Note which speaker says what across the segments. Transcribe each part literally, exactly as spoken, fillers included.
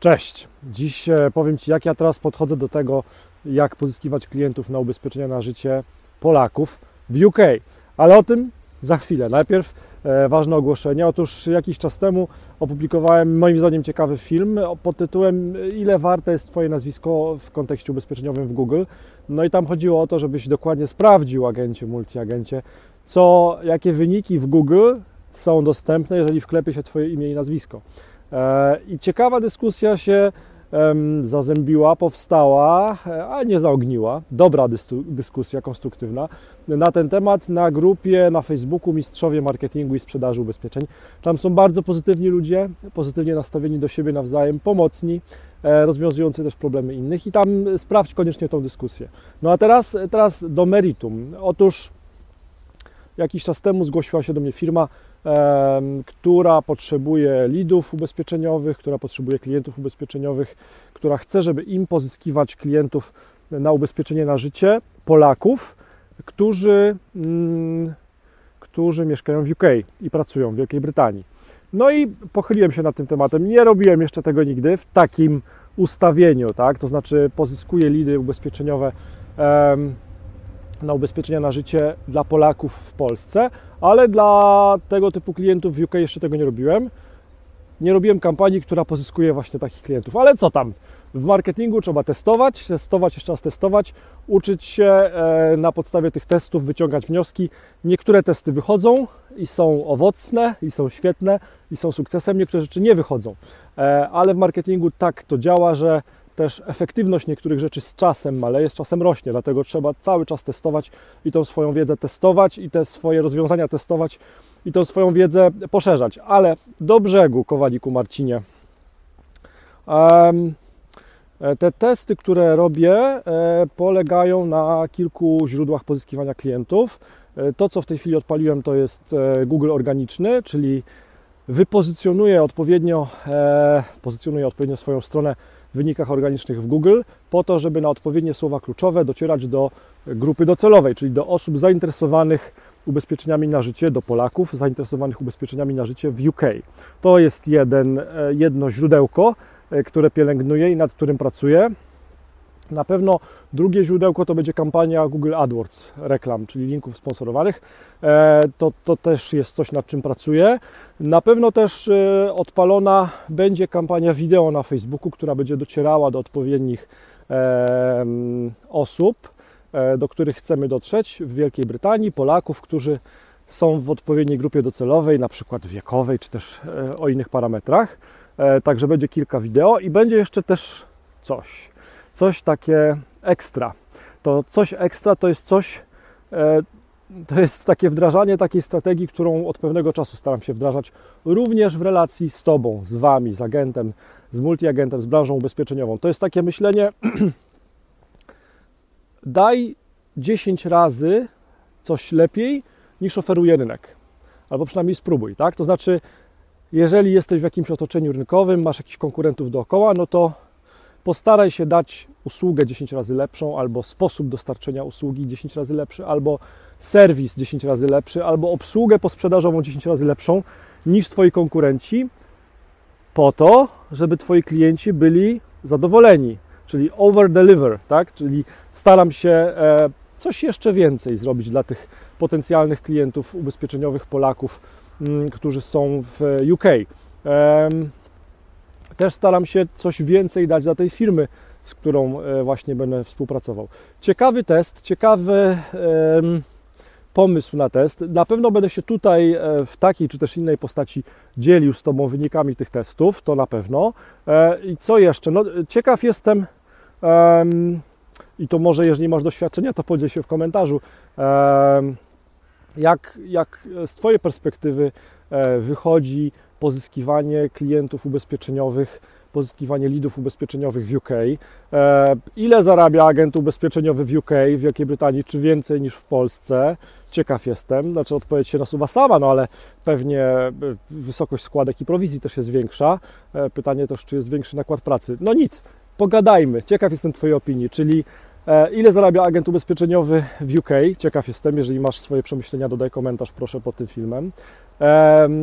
Speaker 1: Cześć! Dziś powiem Ci, jak ja teraz podchodzę do tego, jak pozyskiwać klientów na ubezpieczenia na życie Polaków w U K. Ale o tym za chwilę. Najpierw e, ważne ogłoszenie. Otóż jakiś czas temu opublikowałem moim zdaniem ciekawy film pod tytułem "Ile warte jest Twoje nazwisko w kontekście ubezpieczeniowym w Google?". No i tam chodziło o to, żebyś dokładnie sprawdził, agencie, multiagencie, co, jakie wyniki w Google są dostępne, jeżeli wklepie się Twoje imię i nazwisko. I ciekawa dyskusja się zazębiła, powstała, a nie zaogniła. Dobra dyskusja, konstruktywna na ten temat na grupie na Facebooku Mistrzowie Marketingu i Sprzedaży Ubezpieczeń. Tam są bardzo pozytywni ludzie, pozytywnie nastawieni do siebie nawzajem, pomocni, rozwiązujący też problemy innych i tam sprawdź koniecznie tą dyskusję. No a teraz, teraz do meritum. Otóż jakiś czas temu zgłosiła się do mnie firma, która potrzebuje leadów ubezpieczeniowych, która potrzebuje klientów ubezpieczeniowych, która chce, żeby im pozyskiwać klientów na ubezpieczenie na życie Polaków, którzy, mm, którzy mieszkają w U K i pracują w Wielkiej Brytanii. No i pochyliłem się nad tym tematem. Nie robiłem jeszcze tego nigdy w takim ustawieniu, tak? To znaczy pozyskuję leady ubezpieczeniowe um, na ubezpieczenia na życie dla Polaków w Polsce, ale dla tego typu klientów w U K jeszcze tego nie robiłem. Nie robiłem kampanii, która pozyskuje właśnie takich klientów. Ale co tam? W marketingu trzeba testować, testować, jeszcze raz testować, uczyć się na podstawie tych testów, wyciągać wnioski. Niektóre testy wychodzą i są owocne, i są świetne, i są sukcesem. Niektóre rzeczy nie wychodzą. Ale w marketingu tak to działa, że też efektywność niektórych rzeczy z czasem maleje, z czasem rośnie, dlatego trzeba cały czas testować i tą swoją wiedzę testować i te swoje rozwiązania testować i tą swoją wiedzę poszerzać. Ale do brzegu, Kowaliku Marcinie. Te testy, które robię, polegają na kilku źródłach pozyskiwania klientów. To, co w tej chwili odpaliłem, to jest Google organiczny, czyli wypozycjonuję odpowiednio, pozycjonuję odpowiednio swoją stronę w wynikach organicznych w Google, po to, żeby na odpowiednie słowa kluczowe docierać do grupy docelowej, czyli do osób zainteresowanych ubezpieczeniami na życie, do Polaków zainteresowanych ubezpieczeniami na życie w U K. To jest jeden, jedno źródełko, które pielęgnuję i nad którym pracuję. Na pewno drugie źródełko to będzie kampania Google AdWords reklam, czyli linków sponsorowanych. To, to też jest coś, nad czym pracuję. Na pewno też odpalona będzie kampania wideo na Facebooku, która będzie docierała do odpowiednich osób, do których chcemy dotrzeć w Wielkiej Brytanii, Polaków, którzy są w odpowiedniej grupie docelowej, na przykład wiekowej, czy też o innych parametrach. Także będzie kilka wideo i będzie jeszcze też coś. Coś takie ekstra. To coś ekstra to jest coś, to jest takie wdrażanie takiej strategii, którą od pewnego czasu staram się wdrażać również w relacji z Tobą, z Wami, z agentem, z multiagentem, z branżą ubezpieczeniową. To jest takie myślenie, daj dziesięć razy coś lepiej niż oferuje rynek. Albo przynajmniej spróbuj, tak? To znaczy, jeżeli jesteś w jakimś otoczeniu rynkowym, masz jakichś konkurentów dookoła, no to postaraj się dać usługę dziesięć razy lepszą, albo sposób dostarczenia usługi dziesięć razy lepszy, albo serwis dziesięć razy lepszy, albo obsługę posprzedażową dziesięć razy lepszą niż Twoi konkurenci, po to, żeby Twoi klienci byli zadowoleni, czyli over deliver, tak? Czyli staram się coś jeszcze więcej zrobić dla tych potencjalnych klientów ubezpieczeniowych Polaków, którzy są w U K. Też staram się coś więcej dać dla tej firmy, z którą właśnie będę współpracował. Ciekawy test, ciekawy pomysł na test. Na pewno będę się tutaj w takiej czy też innej postaci dzielił z Tobą wynikami tych testów, to na pewno. I co jeszcze? No, ciekaw jestem, i to może jeżeli masz doświadczenia, to podziel się w komentarzu, jak, jak z Twojej perspektywy wychodzi pozyskiwanie klientów ubezpieczeniowych, pozyskiwanie leadów ubezpieczeniowych w U K. Ile zarabia agent ubezpieczeniowy w U K, w Wielkiej Brytanii, czy więcej niż w Polsce? Ciekaw jestem. Znaczy odpowiedź się nasuwa sama, no ale pewnie wysokość składek i prowizji też jest większa. Pytanie też, czy jest większy nakład pracy. No nic, pogadajmy. Ciekaw jestem Twojej opinii, czyli ile zarabia agent ubezpieczeniowy w U K? Ciekaw jestem. Jeżeli masz swoje przemyślenia, dodaj komentarz proszę pod tym filmem.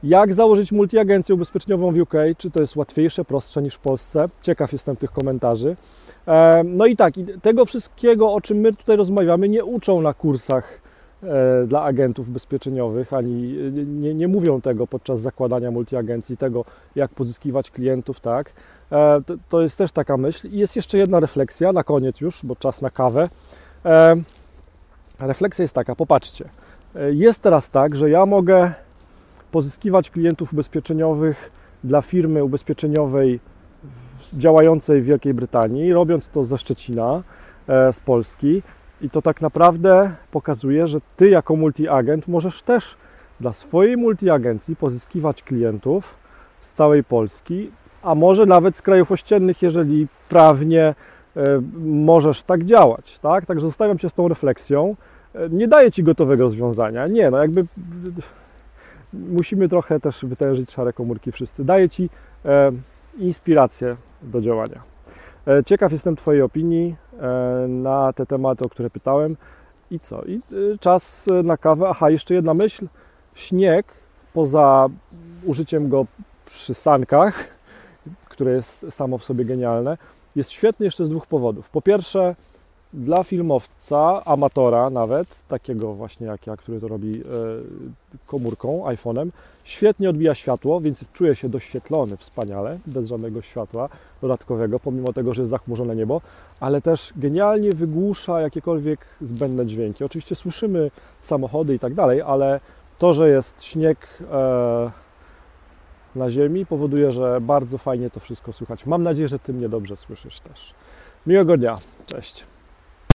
Speaker 1: Jak założyć multiagencję ubezpieczeniową w U K? Czy to jest łatwiejsze, prostsze niż w Polsce? Ciekaw jestem tych komentarzy. No i tak, tego wszystkiego, o czym my tutaj rozmawiamy, nie uczą na kursach dla agentów ubezpieczeniowych, ani nie, nie mówią tego podczas zakładania multiagencji, tego jak pozyskiwać klientów, tak. To, to jest też taka myśl. I jest jeszcze jedna refleksja, na koniec już, bo czas na kawę. Refleksja jest taka, popatrzcie. Jest teraz tak, że ja mogę pozyskiwać klientów ubezpieczeniowych dla firmy ubezpieczeniowej działającej w Wielkiej Brytanii, robiąc to ze Szczecina, z Polski. I to tak naprawdę pokazuje, że Ty jako multiagent możesz też dla swojej multiagencji pozyskiwać klientów z całej Polski, a może nawet z krajów ościennych, jeżeli prawnie możesz tak działać. Tak? Także zostawiam Cię z tą refleksją. Nie daję Ci gotowego rozwiązania. Nie, no jakby musimy trochę też wytężyć szare komórki wszyscy. Daję Ci inspirację do działania. Ciekaw jestem Twojej opinii na te tematy, o które pytałem. I co? I czas na kawę. Aha, jeszcze jedna myśl. Śnieg, poza użyciem go przy sankach, które jest samo w sobie genialne, jest świetny jeszcze z dwóch powodów. Po pierwsze, dla filmowca, amatora nawet, takiego właśnie jak ja, który to robi komórką, iPhone'em, świetnie odbija światło, więc czuje się doświetlony wspaniale, bez żadnego światła dodatkowego, pomimo tego, że jest zachmurzone niebo, ale też genialnie wygłusza jakiekolwiek zbędne dźwięki. Oczywiście słyszymy samochody i tak dalej, ale to, że jest śnieg na ziemi, powoduje, że bardzo fajnie to wszystko słychać. Mam nadzieję, że Ty mnie dobrze słyszysz też. Miłego dnia. Cześć.